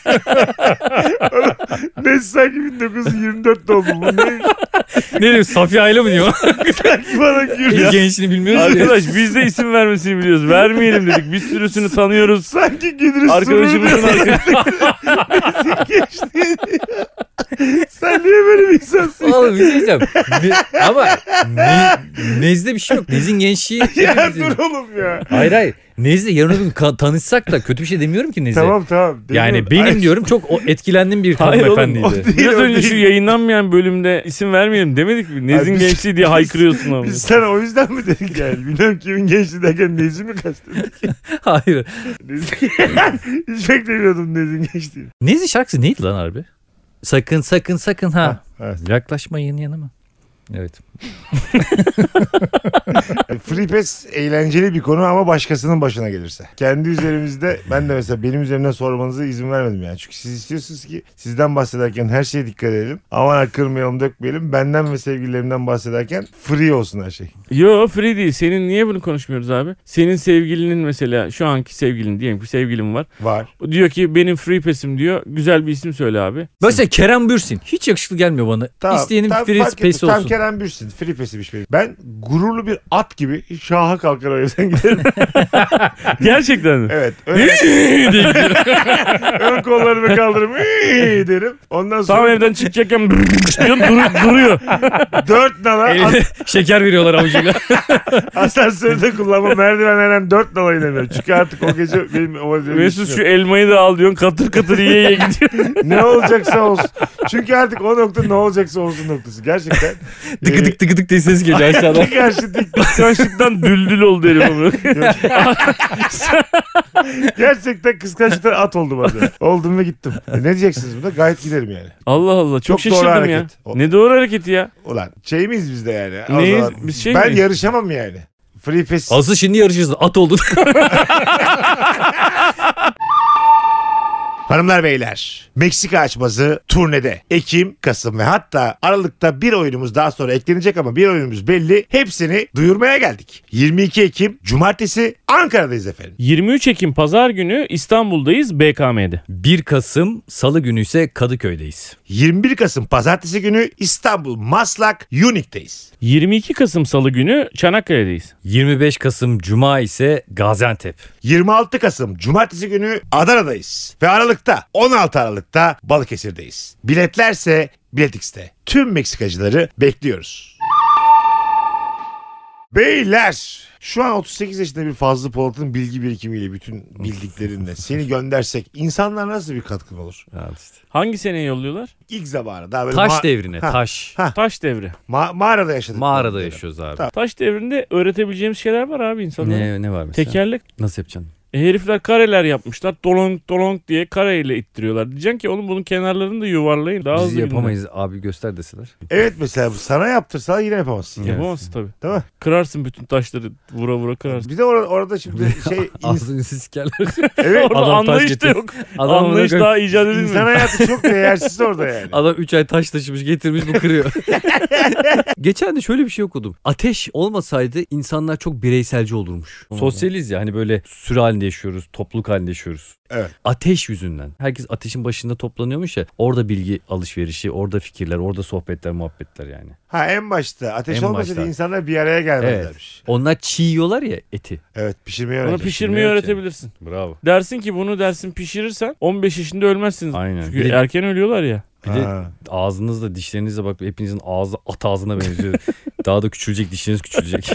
Nesi sanki bin dokuz yüz yirmi dört doğumlu. Bu ne? Ne diyeyim Safiye Ayla mı diyor? Sanki bana gülüyor. Gençliğini bilmiyoruz ki. Arkadaş biz de isim vermesini biliyoruz. Vermeyelim dedik. Bir sürüsünü tanıyoruz. Sanki Güdürüz Arkadaşımızın arkadaşı. gençliği. Sen niye böyle bir insansın? Oğlum bir şey diyeceğim. Ne- ama ne, Nez'de bir şey yok. Nez'in gençliği. Ya dur oğlum ya. Hayır hayır. Nez'le yarın öbür gün ka- tanışsak da kötü bir şey demiyorum ki Nez'e. Tamam tamam. Yani Demiyorum. benim Ay, diyorum çok o etkilendim bir Hayır oğlum, hanımefendiydi. o değil, Biraz o önce değil. şu yayınlanmayan bölümde isim vermeyelim demedik mi? Nezin Ay, biz- gençliği diye biz- haykırıyorsun abi. Biz sana o yüzden mi dedik yani? Bilmem kimin gençliği derken Nez'i mi kastettik? Hayır. Nez'i- Hiç beklemiyordum Nez'in gençliği. Nez'in şarkısı neydi lan harbi? Sakın sakın sakın ha. Evet. Yaklaşmayın yanıma. Evet. Free pass eğlenceli bir konu ama başkasının başına gelirse. Kendi üzerimizde ben de mesela benim üzerimden sormanıza izin vermedim yani. Çünkü siz istiyorsunuz ki sizden bahsederken her şeye dikkat edelim. Aman kırmayalım dökmeyelim. Benden ve sevgililerimden bahsederken free olsun her şey. Yo free değil. Senin niye bunu konuşmuyoruz abi? Senin sevgilinin mesela şu anki sevgilin diyelim ki sevgilin var. Var. O diyor ki benim free pass'im diyor. Güzel bir isim söyle abi. Mesela Kerem Bürsin. Hiç yakışıklı gelmiyor bana. İsteyenin tamam, free fark etmez. space Tam olsun. Kerem Bürsin. Free pass'iymiş benim. Ben gururlu bir at gibi şaha kalkar o evden giderim. Gerçekten mi? Evet. Ön, ön kollarımı kaldırırım. "Iiii" derim. Ondan Tam sonra evden çıkacakken diyor, dur- duruyor. dört nala as- Eline şeker veriyorlar avucuyla. asansörde kullanma merdivenlerden dört nala inemiyor. Çünkü artık o gece benim o Mesut şu elmayı da al diyorsun katır katır yiye yiye gidiyor. ne olacaksa olsun. Çünkü artık o nokta ne olacaksa olsun noktası. Gerçekten. Dıkı dık dıkı dık diye ses geliyor aşağıdan. Karşı dik kıskançlık Kıskançlıktan düldül oldu herif. Gerçekten kıskançlıktan at oldum hadi. Oldum ve gittim. E ne diyeceksiniz burada? Gayet giderim yani. Allah Allah çok, Çok doğru şaşırdım ya. hareket. O- Ne doğru hareketi ya. Ulan şey miyiz biz de yani? O Neyiz? zaman Biz şey ben miyiz? yarışamam yani. Free pass. Asıl şimdi yarışırsın. At oldun. Hanımlar beyler, Meksika açmazı turnede Ekim, Kasım ve hatta Aralık'ta bir oyunumuz daha sonra eklenecek ama bir oyunumuz belli. Hepsini duyurmaya geldik. yirmi iki Ekim Cumartesi Ankara'dayız efendim. yirmi üç Ekim Pazar günü İstanbul'dayız B K M'de. bir Kasım Salı günü ise Kadıköy'deyiz. yirmi bir Kasım Pazartesi günü İstanbul Maslak Unique'deyiz. yirmi iki Kasım Salı günü Çanakkale'deyiz. yirmi beş Kasım Cuma ise Gaziantep. yirmi altı Kasım Cumartesi günü Adana'dayız. Ve Aralık'ta on altı Aralık'ta Balıkesir'deyiz. Biletlerse Bilet X'te. Tüm Meksikacıları bekliyoruz. Beyler, şu an otuz sekiz yaşında bir Fazlı Polat'ın bilgi birikimiyle, bütün bildiklerinle seni göndersek insanlar nasıl bir katkın olur? Al işte. Hangi seneye yolluyorlar? İlk zamanı daha böyle Taş ma- devrine Ha. taş. Taş devri. ma- mağarada yaşadık. Mağarada yaşıyoruz abi. Tamam. Taş devrinde öğretebileceğimiz şeyler var abi insanlara. Ne, ne var mesela? Tekerlek. Nasıl yapacaksın? E, herifler kareler yapmışlar. Dolong dolong diye kareyle ittiriyorlar. Diyeceksin ki oğlum bunun kenarlarını da yuvarlayın. Daha Biz hızlı yapamayız abi göster deseler. Evet, mesela sana yaptırsalar yine yapamazsın. Evet. Yapamazsın tabii. Değil mi? Kırarsın bütün taşları vura vura kırarsın. Bir de orada, orada şimdi şey ins- Ağzını sikerler. evet, Orada Adam taş anlayış da getir- yok. Adam Anlayış ona- daha icat edilmiyor. insan hayatı çok değersiz orada yani. Adam üç ay taş taşımış getirmiş bu kırıyor. Geçen de şöyle bir şey okudum. Ateş olmasaydı insanlar çok bireyselci olurmuş. Sosyaliz ya hani böyle sürü halinde yaşıyoruz, topluluk halinde yaşıyoruz. Evet. Ateş yüzünden. Herkes ateşin başında toplanıyormuş ya. Orada bilgi alışverişi, orada fikirler, orada sohbetler, muhabbetler yani. Ha, en başta ateş En olmasaydı başta. insanlar bir araya gelmezlermiş. Onlar çiğ yiyorlar ya eti. Evet, pişirmeyi Onu öğrenecek. pişirmeyi öğretebilirsin. Bravo. Dersin ki bunu dersin pişirirsen on beş yaşında ölmezsiniz. Aynen. Çünkü Bir de- erken ölüyorlar ya. Bir de Ha. ağzınızla dişlerinizle bak hepinizin ağzı at ağzına benziyor. Daha da küçülecek, dişleriniz küçülecek.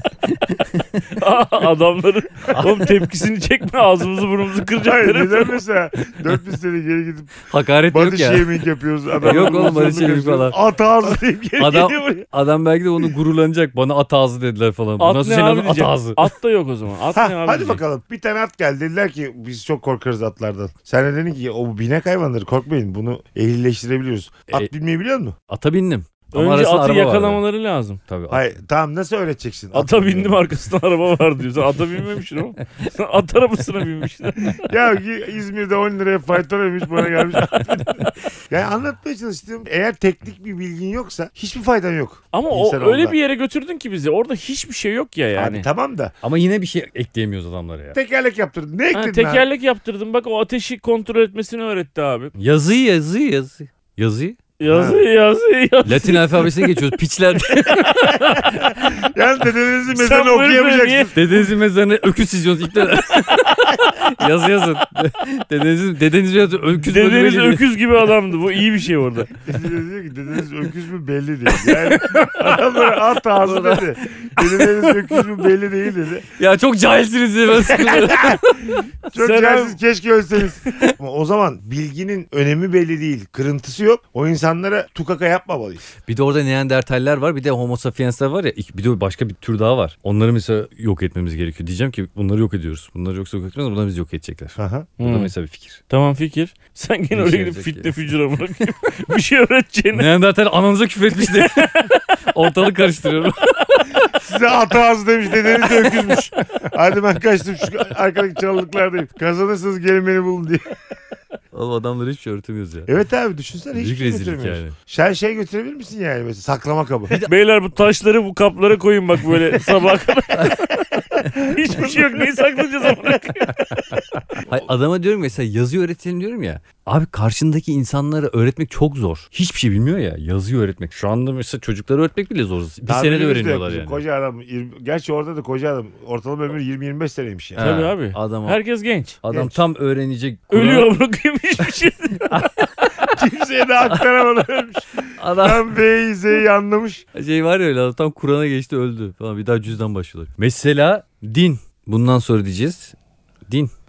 Adamların oğlum tepkisini çekme, ağzımızı burnumuzu Hayır, kıracaklar. neden mesela dört bin sene geri gidip Hakaret body yok ya. shaming yapıyoruz. Adam Yok oğlum, body shaming falan. At ağzı deyip geri Adam- geliyor buraya. Adam belki de onu gururlanacak. Bana at ağzı dediler falan. Bu At nasıl ne senin abi adın at diyecek. ağzı? At da yok o zaman. At Ha, ne abi hadi diyecek. bakalım. Bir tane at geldi. Dediler ki biz çok korkarız atlardan. Sen de dedin ki o binek hayvanları, korkmayın. Bunu ehlileştirebiliyoruz. At E- binmeyi biliyor musun? Ata bindim. Ama Önce arasında atı araba vardı. yakalamaları lazım. Tabii. at- Hayır, tamam, nasıl öğreteceksin? Ata At bindim, arkasında araba var diyor. Sen ata binmemişsin ama. Sen at arabasına binmişsin. Ya İzmir'de on liraya fayton ölmüş, bana gelmiş. Yani anlatmaya çalıştığım, eğer teknik bir bilgin yoksa hiçbir faydan yok. Ama o İnsan öyle olma. bir yere götürdün ki bizi. Orada hiçbir şey yok ya yani. Abi tamam da Ama yine bir şey ekleyemiyoruz adamlara ya. tekerlek yaptırdın. Ne Ha, ekledin abi? tekerlek yaptırdım. Bak o ateşi kontrol etmesini öğretti abi. Yazıyı yazıyı yazıyı. Yazıyı. Yazı yazı yazı. Latin alfabesine geçiyoruz. Piçler. Yani dedenizin Sen mezarını bu herifle okuyamayacaksın. niye- Dedenizin mezarına öküz çiziyorsunuz. İptal. Yazı yazın. Dedenizin, dedenizin yazı öküz Dedeniz bölümüyle- öküz gibi adamdı. Bu iyi bir şey orada. Dedeniz diyor ki dedeniz öküz mü belli değil. Yani adamlara at ağzı dedi. Dedeniz öküz mü belli değil dedi. Ya çok cahilsiniz diye ben sıkılıyorum. Çok Sen cahilsiz, keşke ölseniz. Ama o zaman bilginin önemi belli değil. Kırıntısı yok. O insanlara tukaka yapmamalıyız. Bir de orada Neandertaller var, bir de Homo sapiensler var ya, İk- bir de başka bir tür daha var. Onları mesela yok etmemiz gerekiyor. Diyeceğim ki bunları yok ediyoruz. Bunları yoksa yok etmez, bunları biz yok edecekler. Aha. Bu da Hmm. mesela bir fikir. Tamam fikir. Sen gene Bir oraya şey gidip olacak fitne ya. fücura bırakayım. Bir şey öğreteceğine. Neandertal ananıza küfür etmiş de ortalık karıştırıyorum. Size at ağzı demiş, dedeniz de öküzmüş. Hadi ben kaçtım, şu arkadaki çalılıklardayım. Kazanırsanız gelin beni bulun diye. Oğlum adamları hiçbir şey öğretemiyoruz ya. Evet abi, düşünsene, hiçbir Büyük şey rezillik götüremiyorsun. yani. Sen şey götürebilir misin yani, mesela saklama kabı? Beyler bu taşları bu kaplara koyun bak böyle sabaha kadar. Hiçbir şey yok. Neyi saklayacağız amına koyayım? Hayır, adama diyorum mesela yazı öğretelim diyorum ya. Abi karşındaki insanlara öğretmek çok zor. Hiçbir şey bilmiyor ya. Yazıyı öğretmek. Şu anda mesela çocukları öğretmek bile zor. Bir Daha senede günümüzde öğreniyorlar bizim yani. Koca adam, yirmi gerçi orada da koca adam, ortalama ömrü yirmi yirmi beş seneymiş yani. Ha, Tabii abi. Adam, Herkes genç. adam genç. tam öğrenecek. Ölüyor amına koyayım, hiçbir şey. Kimseye de aktaramadan ölmüş. Adam Tam B'yi Z'yi anlamış. şey var ya öyle, adam tam Kur'an'a geçti öldü falan. Bir daha cüzdan başlıyorlar. Mesela din. Bundan sonra diyeceğiz. Din.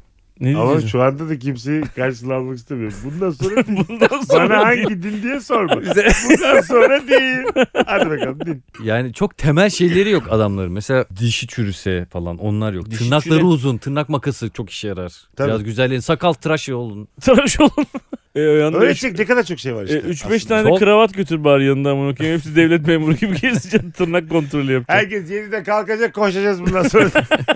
Ne Ama diyeceksin? şu anda da kimseyi karşısına almak istemiyorum. Bundan sonra değil. Bundan sonra Bana değil. hangi din diye sorma. Bundan sonra değil. Hadi bakalım din. Yani çok temel şeyleri yok adamların. Mesela dişi çürüse falan onlar yok. Dişi Tırnakları çürü- uzun. Tırnak makası çok işe yarar. Tabii. Biraz güzellerin. Sakal tıraşı olun. Tıraş olun. E, yanında Öğretecek ne kadar çok şey var işte. üç beş aslında. tane Sol- de kravat götür bari yanında amına koyayım. Hepsi devlet memuru gibi gezeceksin. Tırnak kontrolü yapacaksın. Herkes yedide kalkacak, koşacağız bundan sonra.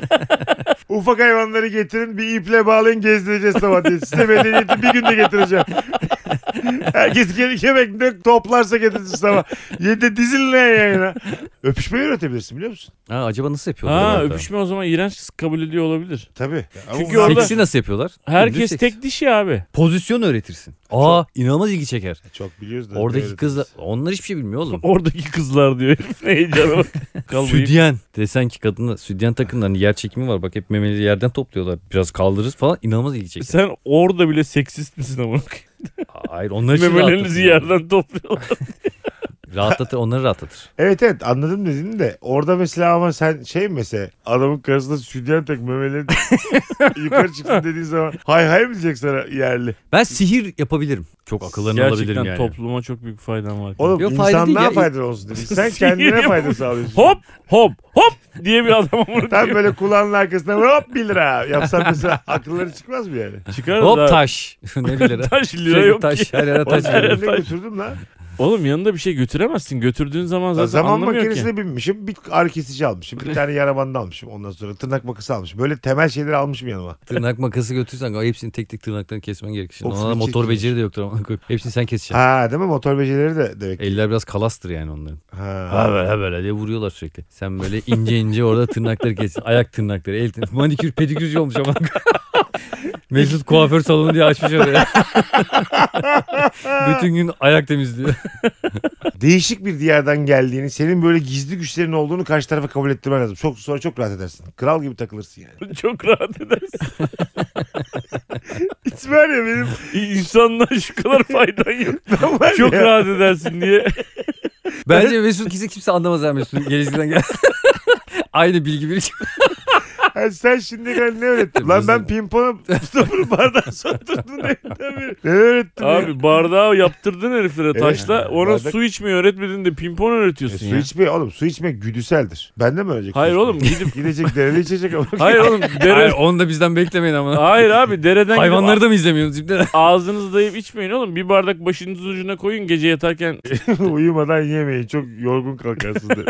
Ufak hayvanları getirin, bir iple bağlayın, gezdireceğiz sabah diye. Size medeniyeti bir günde getireceğim. Herkes kendi kemekle toplarsa getirsin sabah. Yedide dizilin lan yayına. Öpüşmeyi öğretebilirsin biliyor musun? Ha, acaba nasıl yapıyorlar? Ha orada? öpüşme o zaman iğrenç kabul ediyor olabilir. Tabii. Ama Çünkü bunlar- orada- Seksi nasıl yapıyorlar? Herkes Dümdüz seks. tek dişi abi. Pozisyon öğretirsin. Aa inanılmaz ilgi çeker. Çok biliyoruz da. Oradaki ne kızlar öğretiriz? onlar hiçbir şey bilmiyor oğlum. Oradaki kızlar diyor herif. Ne heyecana bak. Kalmayayım. Südyen. Desen ki kadına südyen takın hani yer çekimi var. Bak hep memeleri yerden topluyorlar. Biraz kaldırırız falan. İnanılmaz ilgi çeker. Sen orada bile seksist misin ama? Hayır onlar için Memelerinizi rahatlatır. yerden topluyorlar. Rahatlatır onları rahatlatır. Evet evet anladım dediğini de. Orada mesela ama sen şey mi mesela adamın karşısında sütyen tek memeleri yukarı çıksın dediğin zaman hay hay mı diyecek sana yerli? Ben sihir yapabilirim. Çok akıllarını alabilirim Gerçekten yani. topluma çok büyük faydan var. Oğlum Yok, fayda değil insanlığa ya. faydalı olsun dedi. Sen Sihir kendine yapın. fayda sağlıyorsun. Hop hop hop diye bir adam onu Tam böyle kulağının arkasına hop bir lira yapsan mesela akılları çıkmaz mı yani? çıkarız Hop abi. taş. Ne bilir ha. Taş lira Sürekli yok taş. ki. Her yere taş Oğlum veriyor. elimle götürdüm lan. Oğlum yanında bir şey götüremezsin. Götürdüğün zaman zaten Zaman anlamıyor ki. makinesine binmişim. Bir ağrı kesici almışım. Bir tane yara bandı almışım. Ondan sonra tırnak makası almışım. Böyle temel şeyleri almışım yanıma. Tırnak makası götürsen hepsini tek tek tırnaklarını kesmen gerekir. Şimdi Of, ona da bir motor çekilir. beceri de yoktur ama hepsini sen keseceksin. Ha değil mi? Motor becerileri de demek. Eller biraz kalastır yani onların. Ha. Ha böyle ha böyle diye vuruyorlar sürekli. Sen böyle ince ince orada tırnakları kesin. Ayak tırnakları, el tırnakları. Manikür pedikürcü olmuş ama. Mesut kuaför salonu diye açmış oraya. Bütün gün ayak temizliyor. Değişik bir diyardan geldiğini, senin böyle gizli güçlerin olduğunu karşı tarafa kabul ettirmen lazım. Çok sonra çok rahat edersin. Kral gibi takılırsın yani. Çok rahat edersin. Hiç var ya benim İnsanlığa şu kadar faydan yok. ben var Çok ya. rahat edersin diye. Bence Mesut kimse kimse anlamaz ha Mesut'un gelişinden gel. Aynı bilgi birikim. Ha, sen şimdi kadar ne öğrettin? Lan ben pimpona Mustafa'nın bardağı sokturdun evinden beri. Ne öğrettin ya? Abi bardağı yaptırdın heriflere Evet. taşla. Ona Bardak- su içmeyi öğretmedin de pimpon E, öğretiyorsun su ya. içmek oğlum su içmek güdüseldir. Ben de mi ölecek? Hayır su oğlum içmek? gidip Gidecek derede içecek ama. Hayır oğlum Hayır, dere... onu da bizden beklemeyin ama. Hayır abi dereden Hayvanları gidip da mı izlemiyorsunuz şimdi? ağzınızı dayayıp içmeyin oğlum. Bir bardak başınızın ucuna koyun gece yatarken. Uyumadan yemeyin. Çok yorgun kalkarsınız. derim.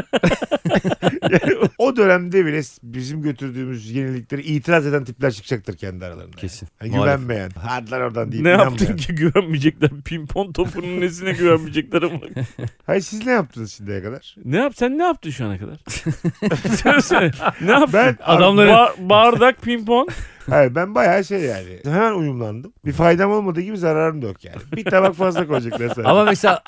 Yani o dönemde bile bizim götürdüğümüz yenilikleri itiraz eden tipler çıkacaktır kendi aralarında. Kesin. Yani Maalesef. güvenmeyen. Hadi lan oradan değil. Ne yaptın inanmayan. ki güvenmeyecekler? Pimpon topunun nesine güvenmeyecekler ama. Hayır siz ne yaptınız şimdiye kadar? Ne yap sen ne yaptın şu ana kadar? Söylesene. Ne yaptın? Ben Adamları- Ba- bardak pimpon. Hayır ben bayağı şey yani. Hemen uyumlandım. Bir faydam olmadığı gibi zararım da yok yani. Bir tabak fazla koyacaklar sana. Ama mesela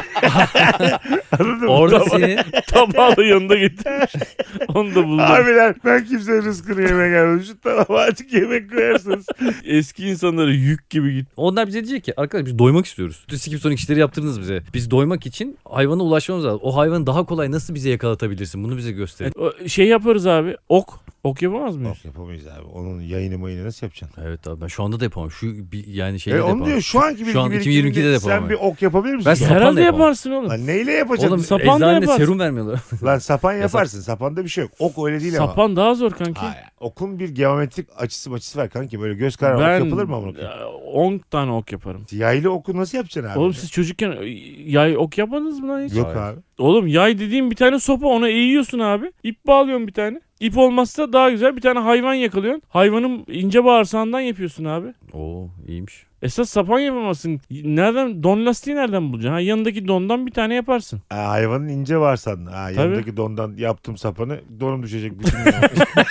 Anladın mı? orada Tabak- senin Tabağı da yanında getirmiş. Onu da buldum. Abiler ben kimsenin rızkını yemeye gelmedim. Şu tabağa açık yemek koyarsınız. Eski insanlara yük gibi git. onlar bize diyecek ki arkadaş biz doymak istiyoruz. Sikim sonik işleri yaptırdınız bize. Biz doymak için hayvana ulaşmamız lazım. O hayvanı daha kolay nasıl bize yakalatabilirsin? Bunu bize gösterin. O- Şey yaparız abi. Ok. Ok yapamaz mıyız? Yok yapamayız abi. Onun yayını mayını nasıl yapacaksın? Evet abi ben şu anda da yapamam. Şu bir, yani şeyde E de onu yapamam. diyor şu anki bilgi Şu an iki bin yirmi ikide de birikiminde yapamam. sen bir ok yapabilir misin? Ben şu an? sapan da Herhalde yapamam. yaparsın oğlum. Lan neyle yapacaksın? Oğlum sapan da eczanede yaparsın. serum vermiyorlar. Lan sapan Yasak. yaparsın. Sapanda bir şey yok. Ok öyle değil ama. Sapan daha zor kanki. Hayır. Okun bir geometrik açısı maçısı var kanki. Böyle göz kararı Ben ok yapılır mı amına koyayım? on tane ok yaparım. Yaylı oku nasıl yapacaksın abi? Oğlum siz çocukken yay ok yapmadınız mı lan hiç? Yok Hayır. abi. Oğlum yay dediğim bir tane sopa, ona eğiyorsun abi. İp bağlıyorsun bir tane. İp olmazsa daha güzel bir tane hayvan yakalıyorsun. Hayvanın ince bağırsağından yapıyorsun abi. Oo iyiymiş. Esas sapan yapamazsın. Nereden don lastiği nereden bulacaksın? Ha, yanındaki dondan bir tane yaparsın. Ha, hayvanın ince var sandın. Ha, Tabii. yanındaki dondan yaptım sapanı. Donum düşecek bütün gün.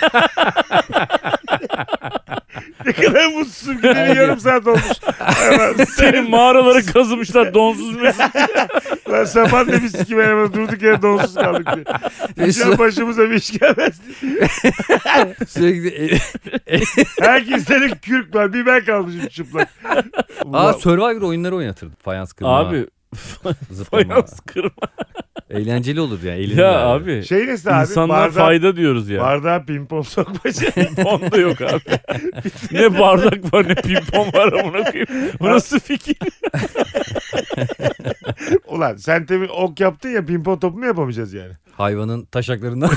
Ne kadar mutsuzsun. Gideli yarım saat olmuş. Hayvan, Senin mağaraları kazımışlar donsuz mesut. Lan sapan ne bir sikim elemez. Durduk yere donsuz kaldık diye. İnşallah başımıza bir iş gelmez diye. Sürekli Herkeste de kürk var. Bir ben kalmışım çıplak. Aa Survivor oyunları oynatırdı. Fayans kırma. Abi zıplama. fayans kırma. Eğlenceli olur yani. Ya eğlenirler yani. abi. Şey nesi abi? İnsanlar Bardağa- fayda diyoruz ya. Bardağa pimpon sokmaca. Pimpon da yok abi. Ne bardak var ne pimpon var amına koyayım. Bu nasıl fikir? Ulan sen tabii ok yaptın ya, pimpon topu mu yapamayacağız yani? Hayvanın taşaklarından.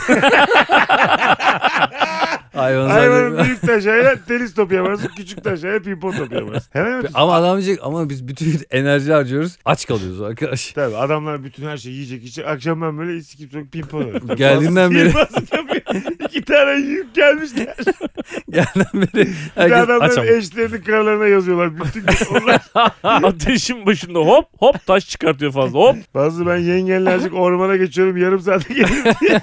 Hayvanın Hayvanın sadece- büyük taşıyla tenis topu yaparsın, küçük taşıyla pimpon topu yaparsın. Hemen hemen. Ama adam diyecek ama biz bütün enerji harcıyoruz. Aç kalıyoruz arkadaş. Tabii adamlar bütün her şeyi yiyecek içecek. Akşam ben böyle sikip sokup pimpon oynuyorum. Geldiğinden beri. Sihirbazlık yapıyor. İki tane yük gelmişler. Gelden beri Bir de herkes aç adamların ama. eşlerini kralarına yazıyorlar. Bütün gün onlar. Ateşin başında hop hop taş çıkartıyor fazla hop. Bazı ben yengenlercik ormana geçiyorum, yarım saate gelirim diye.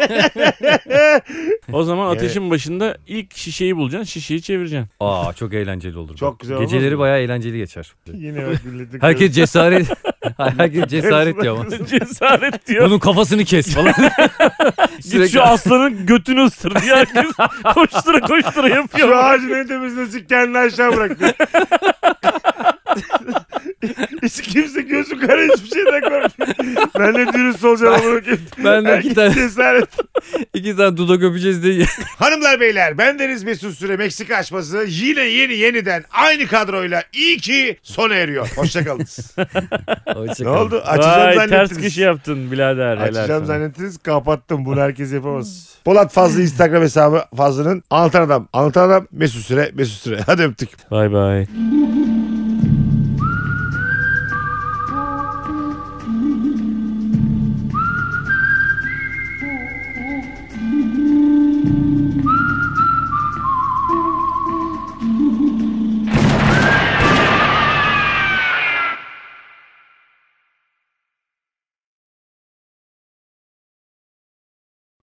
O zaman Evet. ateşin başında ilk şişeyi bulacaksın, şişeyi çevireceksin. Aa çok eğlenceli olur. Çok güzel olmaz Geceleri mı? bayağı eğlenceli geçer. Yine bak milletin. Herkes cesaret. Herkes cesaret diyor ama. Cesaret diyor. Bunun kafasını kes falan. Git şu aslanın götünü ısır diye herkes koştura koştura Şu yapıyor. ağacın en tepesinde kendini aşağı bırakıyor. Hiç kimse gözü kara hiçbir şeyden korkmuyor. Ben de dürüst olacağım ama bakayım. Ben de iki tane, Cesaret. iki tane dudak öpeceğiz diye. Hanımlar beyler, ben Deniz Mesut Süre, Meksika açması yine yeni yeniden aynı kadroyla iyi ki sona eriyor. Hoşçakalınız. Ne oldu? Açacağım Vay ters zannettiniz. kişi yaptın birader. helal Açacağım sana. zannettiniz, kapattım. Bunu herkes yapamaz. Polat Fazlı Instagram hesabı Fazlı'nın. Anlatan Adam. Anlatan Adam Mesut Süre. Mesut Süre. Hadi öptük. Bay bay.